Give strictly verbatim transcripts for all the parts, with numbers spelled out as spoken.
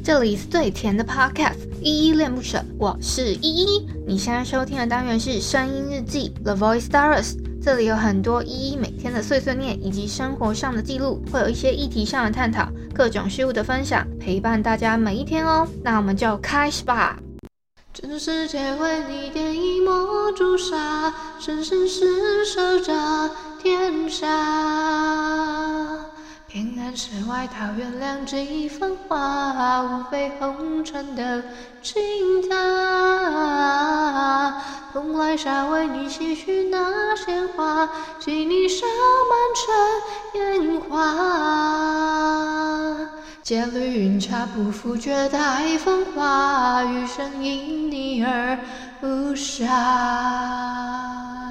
这里是最甜的 podcast， 依依恋不舍，我是依依。你现在收听的单元是声音日记 The Voice Diaries， 这里有很多依依每天的碎碎念以及生活上的记录，会有一些议题上的探讨，各种事物的分享，陪伴大家每一天哦。那我们就开始吧。全世界为你点一抹朱砂，生生世守着天下。偏安世外桃源两极分化，无非红尘的倾塌。蓬莱沙为你洗去那鲜花，细泥沙满城烟花。借绿云茶不负绝代风华，余生因你而不暇。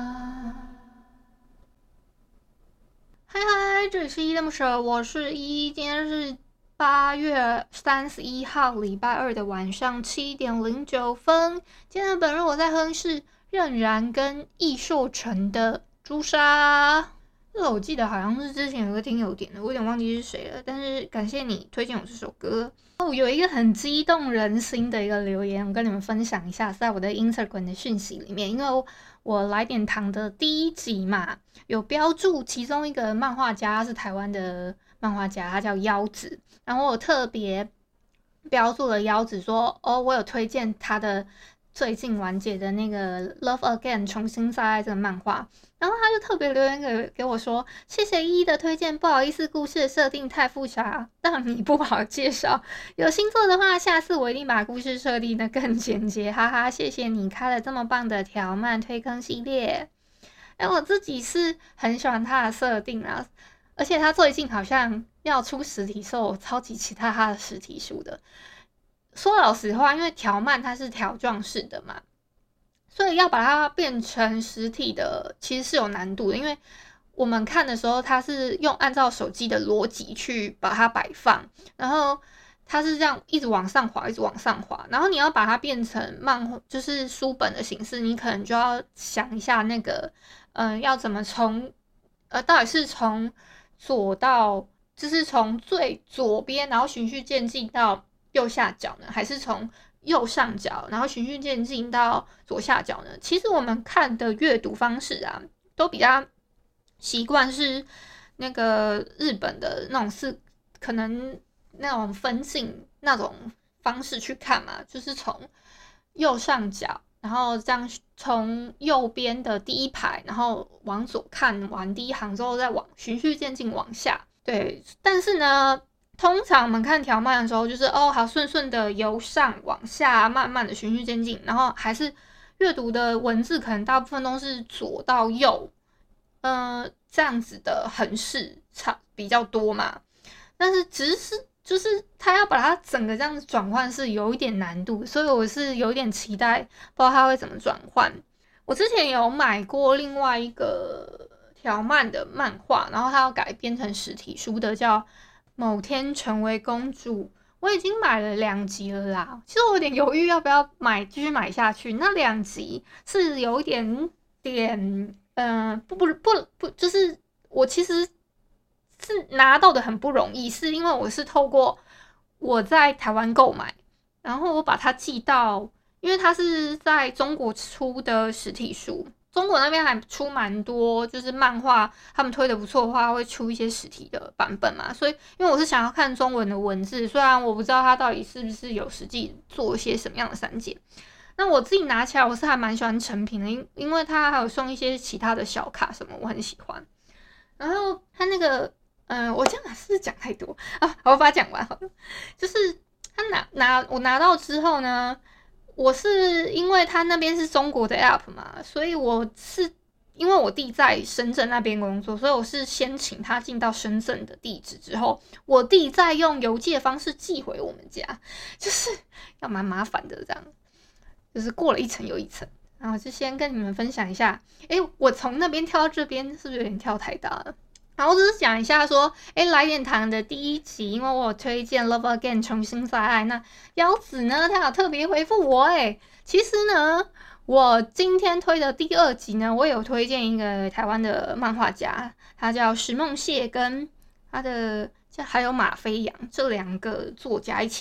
嗨嗨，这里是依依恋不舍，我是依依。今天是八月三十一号礼拜二的晚上七点零九分。今天的本日我在喝是任然跟易硕成的朱砂。这个我记得好像是之前有个听友点的，我有点忘记是谁了，但是感谢你推荐我这首歌。哦，有一个很激动人心的一个留言，我跟你们分享一下，在我的 Instagram 的讯息里面，因为我来点糖的第一集嘛，有标注其中一个漫画家是台湾的漫画家，他叫腰子，然后我特别标注了腰子说，哦，我有推荐他的最近完结的那个 Love Again 重新再爱这个漫画，然后他就特别留言给给我说，谢谢依依的推荐，不好意思故事的设定太复杂，让你不好介绍，有星座的话下次我一定把故事设定的更简洁，哈哈，谢谢你开了这么棒的条漫推坑系列。哎，我自己是很喜欢他的设定啊，而且他最近好像要出实体书，我超级期待他的实体书的。说老实话，因为条漫它是条状式的嘛，所以要把它变成实体的其实是有难度的，因为我们看的时候它是用按照手机的逻辑去把它摆放，然后它是这样一直往上滑一直往上滑，然后你要把它变成漫就是书本的形式，你可能就要想一下那个嗯、呃，要怎么从呃到底是从左到就是从最左边然后循序渐进到右下角呢，还是从右上角然后循序渐进到左下角呢？其实我们看的阅读方式啊，都比较习惯是那个日本的那种是可能那种分镜那种方式去看嘛，就是从右上角，然后这样从右边的第一排，然后往左看完第一行之后，再往循序渐进往下。对，但是呢，通常我们看条漫的时候，就是哦，好顺顺的由上往下，慢慢的循序渐进，然后还是阅读的文字可能大部分都是左到右，呃，这样子的横式差比较多嘛。但是只是就是他要把它整个这样子转换是有一点难度，所以我是有点期待，不知道他会怎么转换。我之前有买过另外一个条漫的漫画，然后它要改编成实体书的，叫某天成为公主，我已经买了两集了啦。其实我有点犹豫要不要买，继续买下去。那两集是有一点点，嗯、呃，不不不不，就是我其实是拿到的很不容易，是因为我是透过我在台湾购买，然后我把它寄到，因为它是在中国出的实体书。中国那边还出蛮多，就是漫画他们推的不错的话，会出一些实体的版本嘛。所以，因为我是想要看中文的文字，虽然我不知道它到底是不是有实际做一些什么样的删减。那我自己拿起来，我是还蛮喜欢成品的，因因为它还有送一些其他的小卡什么，我很喜欢。然后它那个，嗯、呃，我这样是不是讲太多啊？好，我把它讲完好了。就是他拿拿我拿到之后呢。我是因为他那边是中国的 app 嘛，所以我是因为我弟在深圳那边工作，所以我是先请他进到深圳的地址之后，我弟再用邮寄的方式寄回我们家，就是要蛮麻烦的这样，就是过了一层又一层。然后就先跟你们分享一下，诶，我从那边跳到这边是不是有点跳太大了？然后只是讲一下说，诶，来点糖的第一集，因为我有推荐 Love Again 重新再爱，那腰子呢，他有特别回复我，诶，其实呢，我今天推的第二集呢，我有推荐一个台湾的漫画家，他叫石梦谢，跟他的还有马飞扬这两个作家一起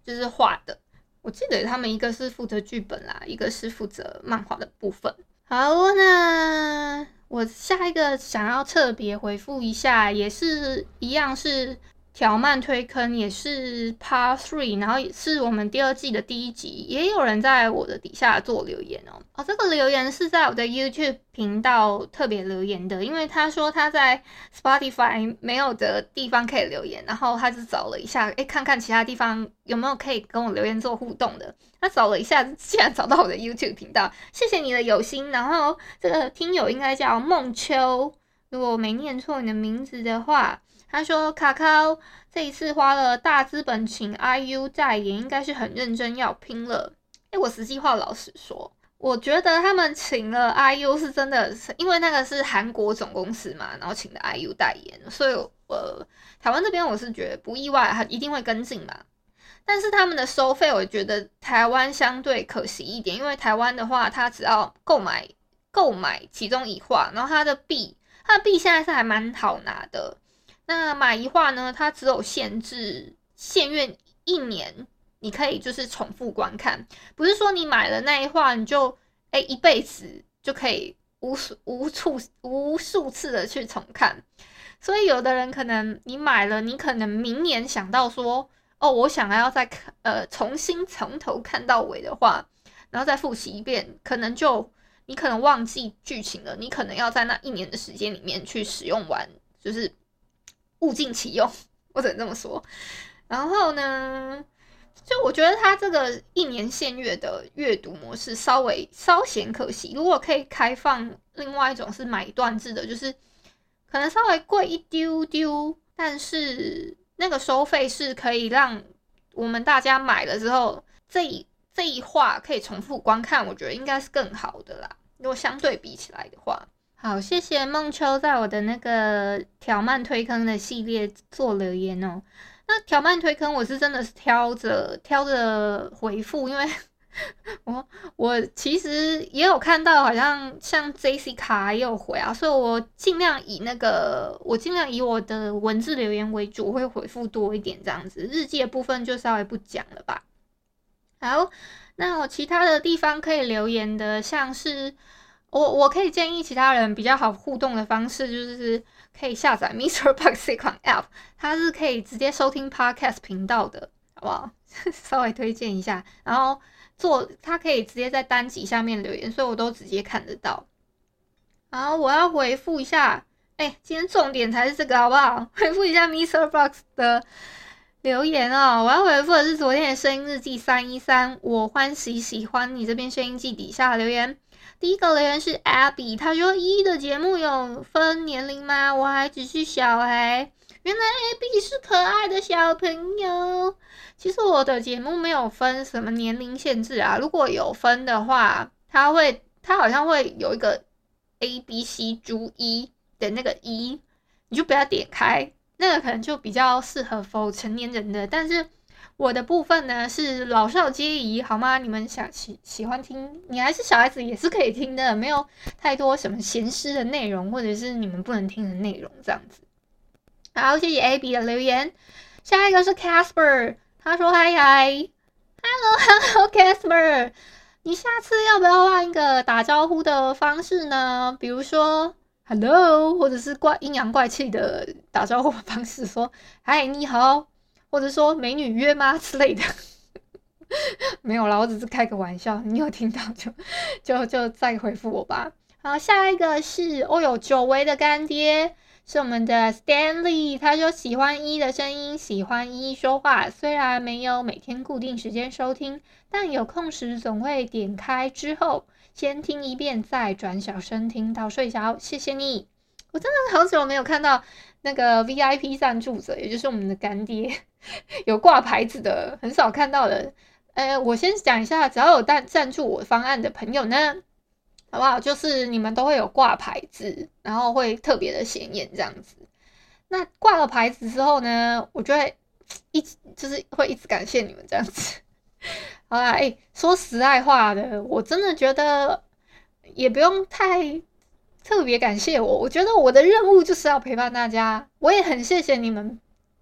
就是画的。我记得他们一个是负责剧本啦，一个是负责漫画的部分。好，那我下一个想要特别回复一下，也是一样是条漫推坑，也是 Part three， 然后也是我们第二季的第一集，也有人在我的底下做留言哦。哦，这个留言是在我的 YouTube 频道特别留言的，因为他说他在 Spotify 没有的地方可以留言，然后他就找了一下，诶，看看其他地方有没有可以跟我留言做互动的。他找了一下，竟然找到我的 YouTube 频道，谢谢你的有心。然后这个听友应该叫孟秋，如果我没念错你的名字的话。他说卡卡这一次花了大资本请 I U 代言，应该是很认真要拼了。诶，我实际话老实说，我觉得他们请了 I U 是真的，因为那个是韩国总公司嘛，然后请的 I U 代言，所以呃，台湾这边我是觉得不意外，他一定会跟进嘛。但是他们的收费，我觉得台湾相对可惜一点，因为台湾的话，他只要购买购买其中一画，然后他的币，他的币现在是还蛮好拿的。那买一画呢，它只有限制限阅一年，你可以就是重复观看，不是说你买了那一画你就哎、欸、一辈子就可以无数无数无数次的去重看。所以有的人可能你买了，你可能明年想到说，哦，我想要再看呃重新从头看到尾的话，然后再复习一遍，可能就你可能忘记剧情了，你可能要在那一年的时间里面去使用完，就是物尽其用，我只能这么说。然后呢，就我觉得它这个一年限阅的阅读模式稍微稍显可惜。如果可以开放另外一种是买断制的，就是可能稍微贵一丢丢，但是那个收费是可以让我们大家买了之后，这一这一话可以重复观看，我觉得应该是更好的啦。如果相对比起来的话。好，谢谢孟秋在我的那个条漫推坑的系列做留言哦。那条漫推坑我是真的是挑着挑着回复，因为我我其实也有看到，好像像 J C 卡也有回啊，所以我尽量以那个我尽量以我的文字留言为主，会回复多一点这样子。日记的部分就稍微不讲了吧。好，那我其他的地方可以留言的，像是。我我可以建议其他人比较好互动的方式，就是可以下载 MixerBox 这款 App， 它是可以直接收听 Podcast 频道的，好不好？稍微推荐一下，然后做它可以直接在单集下面留言，所以我都直接看得到。然后我要回复一下，哎、欸，今天重点才是这个，好不好？回复一下 MixerBox 的留言哦，我要回复的是昨天的声音日记三一三，我欢喜喜欢你这边声音记底下的留言。第一个留言是 Abby， 他说一的节目有分年龄吗？我还只是小孩。原来 Abby 是可爱的小朋友。其实我的节目没有分什么年龄限制啊，如果有分的话，他会他好像会有一个 A B C 猪一的那个一，你就不要点开，那个可能就比较适合 for 成年人的，但是。我的部分呢是老少皆宜，好吗？你们想喜喜欢听，你还是小孩子也是可以听的，没有太多什么咸湿的内容，或者是你们不能听的内容这样子。好，谢谢 Abby 的留言。下一个是 Casper， 他说嗨嗨 ，Hello Hello Casper， 你下次要不要换一个打招呼的方式呢？比如说 Hello， 或者是怪阴阳怪气的打招呼的方式，说嗨你好。或者说美女约吗之类的，没有啦，我只是开个玩笑。你有听到就就就再回复我吧。好，下一个是哦哟，久违的干爹是我们的 Stanley， 他说喜欢一的声音，喜欢一说话，虽然没有每天固定时间收听，但有空时总会点开之后先听一遍，再转小声听到睡着。谢谢你，我真的好久没有看到那个 V I P 赞助者，也就是我们的干爹。有挂牌子的很少看到的，呃，我先讲一下，只要有赞赞助我方案的朋友呢，好不好？就是你们都会有挂牌子，然后会特别的显眼这样子。那挂了牌子之后呢，我就会一直就是会一直感谢你们这样子。好啦，哎、欸，说实在话的，我真的觉得也不用太特别感谢我，我觉得我的任务就是要陪伴大家，我也很谢谢你们。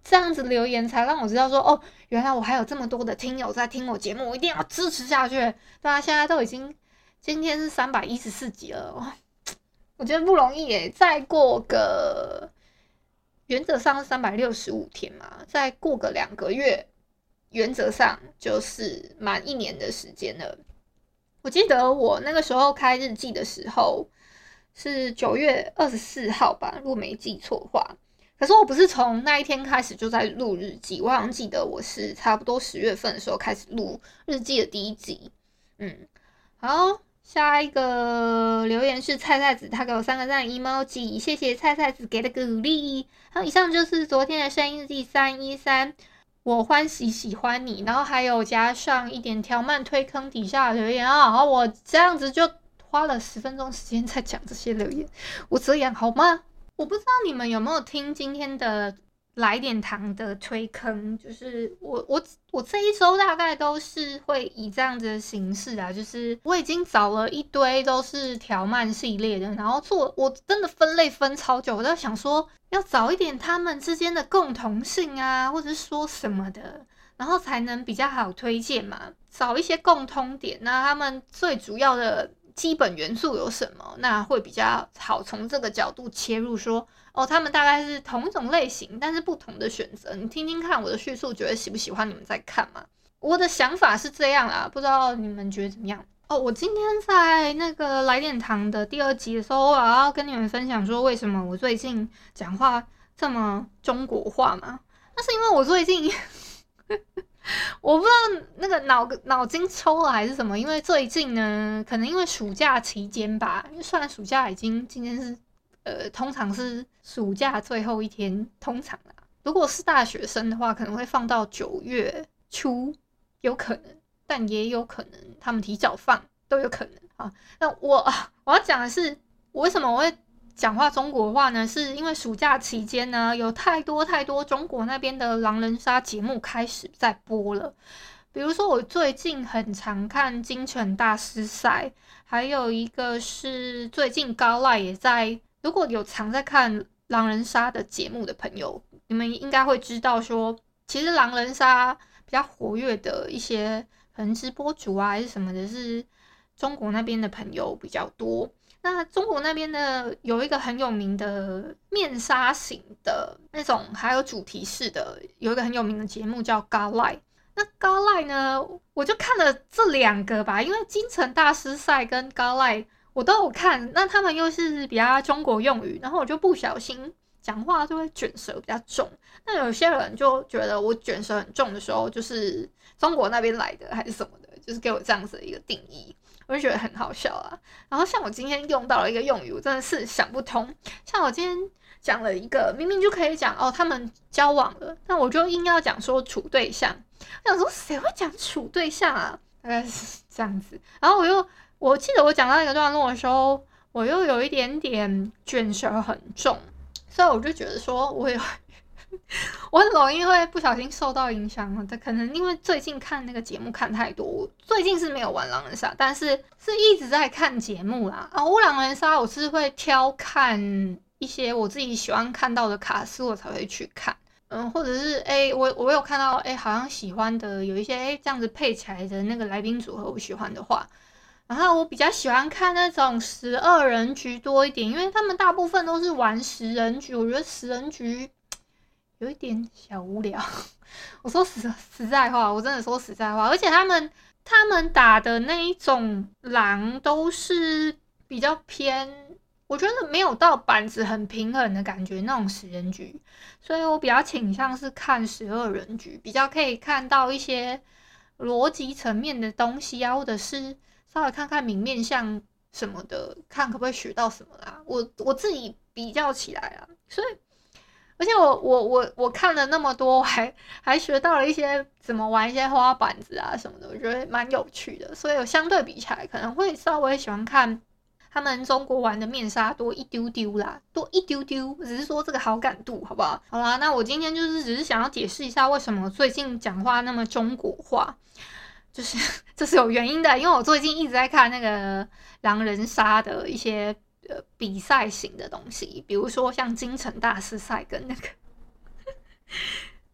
这样子留言才让我知道说，哦，原来我还有这么多的听友在听我节目，我一定要支持下去。对啊，现在都已经今天是三百一十四集了，哦，我觉得不容易耶。再过个原则上是三百六十五天嘛，再过个两个月，原则上就是满一年的时间了。我记得我那个时候开日记的时候是九月二十四号吧，如果没记错的话。可是我不是从那一天开始就在录日记，我好像记得我是差不多十月份的时候开始录日记的第一集。嗯，好，下一个留言是菜菜子，他给我三个赞 emoji， 谢谢菜菜子给的鼓励。好，以上就是昨天的声音日记三一三。我欢喜喜欢你，然后还有加上一点条漫推坑底下的留言啊，然后我这样子就花了十分钟时间在讲这些留言，我这样好吗？我不知道你们有没有听今天的来点糖的推坑，就是我我我这一周大概都是会以这样子的形式啊，就是我已经找了一堆都是条漫系列的，然后做我真的分类分超久，我在想说要找一点他们之间的共同性啊，或者是说什么的，然后才能比较好推荐嘛，找一些共通点，那他们最主要的基本元素有什么？那会比较好从这个角度切入说，哦，他们大概是同一种类型，但是不同的选择。你听听看我的叙述，觉得喜不喜欢？你们再看嘛。我的想法是这样啦，不知道你们觉得怎么样？哦，我今天在那个来点糖的第二集的时候，我要跟你们分享说，为什么我最近讲话这么中国话嘛？那是因为我最近。我不知道那个脑脑筋抽了还是什么，因为最近呢，可能因为暑假期间吧，因为虽然暑假已经今天是呃，通常是暑假最后一天，通常啦，如果是大学生的话，可能会放到九月初，有可能，但也有可能他们提早放，都有可能啊。那我我要讲的是，我为什么我会讲话中国话呢？是因为暑假期间呢，有太多太多中国那边的狼人杀节目开始在播了。比如说，我最近很常看京城大师赛，还有一个是最近高赖也在。如果有常在看狼人杀的节目的朋友，你们应该会知道说，其实狼人杀比较活跃的一些可能直播主啊，还是什么的，是中国那边的朋友比较多。那中国那边的有一个很有名的面纱型的那种，还有主题式的，有一个很有名的节目叫高赖。那高赖呢，我就看了这两个吧，因为京城大师赛跟高赖我都有看，那他们又是比较中国用语，然后我就不小心讲话就会卷舌比较重。那有些人就觉得我卷舌很重的时候，就是中国那边来的还是什么的，就是给我这样子的一个定义。我就觉得很好笑啊。然后像我今天用到了一个用语，我真的是想不通。像我今天讲了一个，明明就可以讲哦，他们交往了，但我就硬要讲说处对象。我想说谁会讲处对象啊？大概是这样子。然后我又我记得我讲到一个段落的时候，我又有一点点卷舌很重，所以我就觉得说我有。我很容易会不小心受到影响的，可能因为最近看那个节目看太多。我最近是没有玩狼人杀，但是是一直在看节目啦。啊，我狼人杀我是会挑看一些我自己喜欢看到的卡司，我才会去看。嗯，或者是哎、欸，我我有看到哎、欸，好像喜欢的有一些哎、欸、这样子配起来的那个来宾组合，我喜欢的话。然后我比较喜欢看那种十二人局多一点，因为他们大部分都是玩十人局，我觉得十人局有一点小无聊。我说实实在话，我真的说实在话，而且他们他们打的那一种狼都是比较偏，我觉得没有到板子很平衡的感觉那种十人局，所以我比较倾向是看十二人局，比较可以看到一些逻辑层面的东西啊，或者是稍微看看明面相什么的，看可不可以学到什么啦。我我自己比较起来啊，所以而且我我我我看了那么多，还还学到了一些怎么玩一些花板子啊什么的，我觉得蛮有趣的。所以我相对比起来，可能会稍微喜欢看他们中国玩的面纱多一丢丢啦，多一丢丢，只是说这个好感度好不好？好啦，那我今天就是只是想要解释一下为什么最近讲话那么中国话。就是这是有原因的，因为我最近一直在看那个狼人杀的一些呃比赛型的东西，比如说像京城大师赛跟那个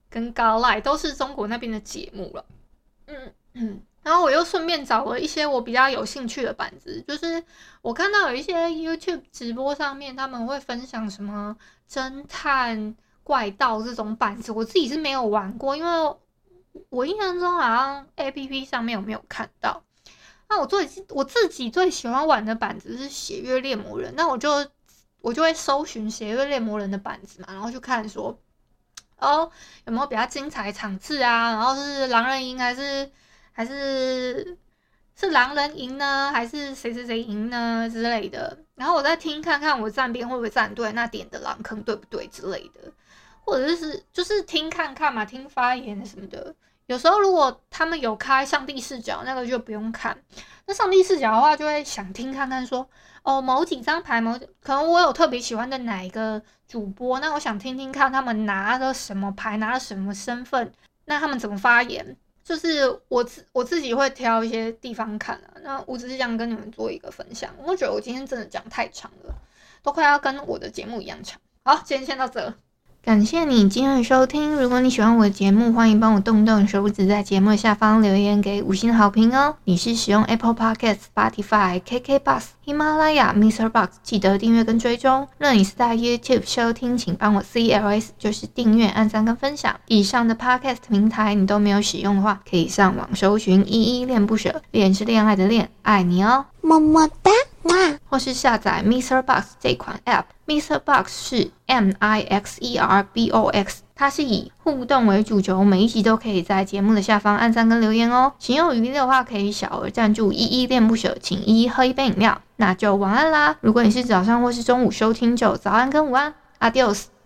跟高赖都是中国那边的节目了。嗯嗯，然后我又顺便找了一些我比较有兴趣的板子，就是我看到有一些 YouTube 直播上面他们会分享什么侦探怪盗这种板子，我自己是没有玩过，因为我印象中好像 A P P 上面有没有看到。那我最我自己最喜欢玩的板子是血月猎魔人，那我就我就会搜寻血月猎魔人的板子嘛，然后去看说，哦有没有比较精彩场次啊，然后是狼人赢还是还是是狼人赢呢，还是谁谁谁赢呢之类的，然后我再听看看我站边会不会站对，那点的狼坑对不对之类的，或者是就是听看看嘛，听发言什么的。有时候如果他们有开上帝视角，那个就不用看。那上帝视角的话，就会想听看看说，哦，某几张牌，某可能我有特别喜欢的哪一个主播，那我想听听看他们拿了什么牌，拿了什么身份，那他们怎么发言。就是我自我自己会挑一些地方看啊。那我只是想跟你们做一个分享。我觉得我今天真的讲太长了，都快要跟我的节目一样长。好，今天先到这。感谢你今天的收听，如果你喜欢我的节目，欢迎帮我动动手指在节目下方留言给五星好评哦。你是使用 Apple Podcast、Spotify、K K Bus、喜马拉雅、Mister Box， 记得订阅跟追踪。若你是在 YouTube 收听，请帮我 C L S， 就是订阅、按赞跟分享。以上的 Podcast 平台你都没有使用的话，可以上网搜寻依依恋不舍，恋是恋爱的恋，爱你哦，么么哒。或是下载 Mister Box 这款 App，Mister Box 是 M I X E R B O X， 它是以互动为主轴，每一集都可以在节目的下方按赞跟留言哦。情有余力的话，可以小额赞助依依恋不舍，请依依喝一杯饮料。那就晚安啦！如果你是早上或是中午收听，就早安跟午安 ，Adios。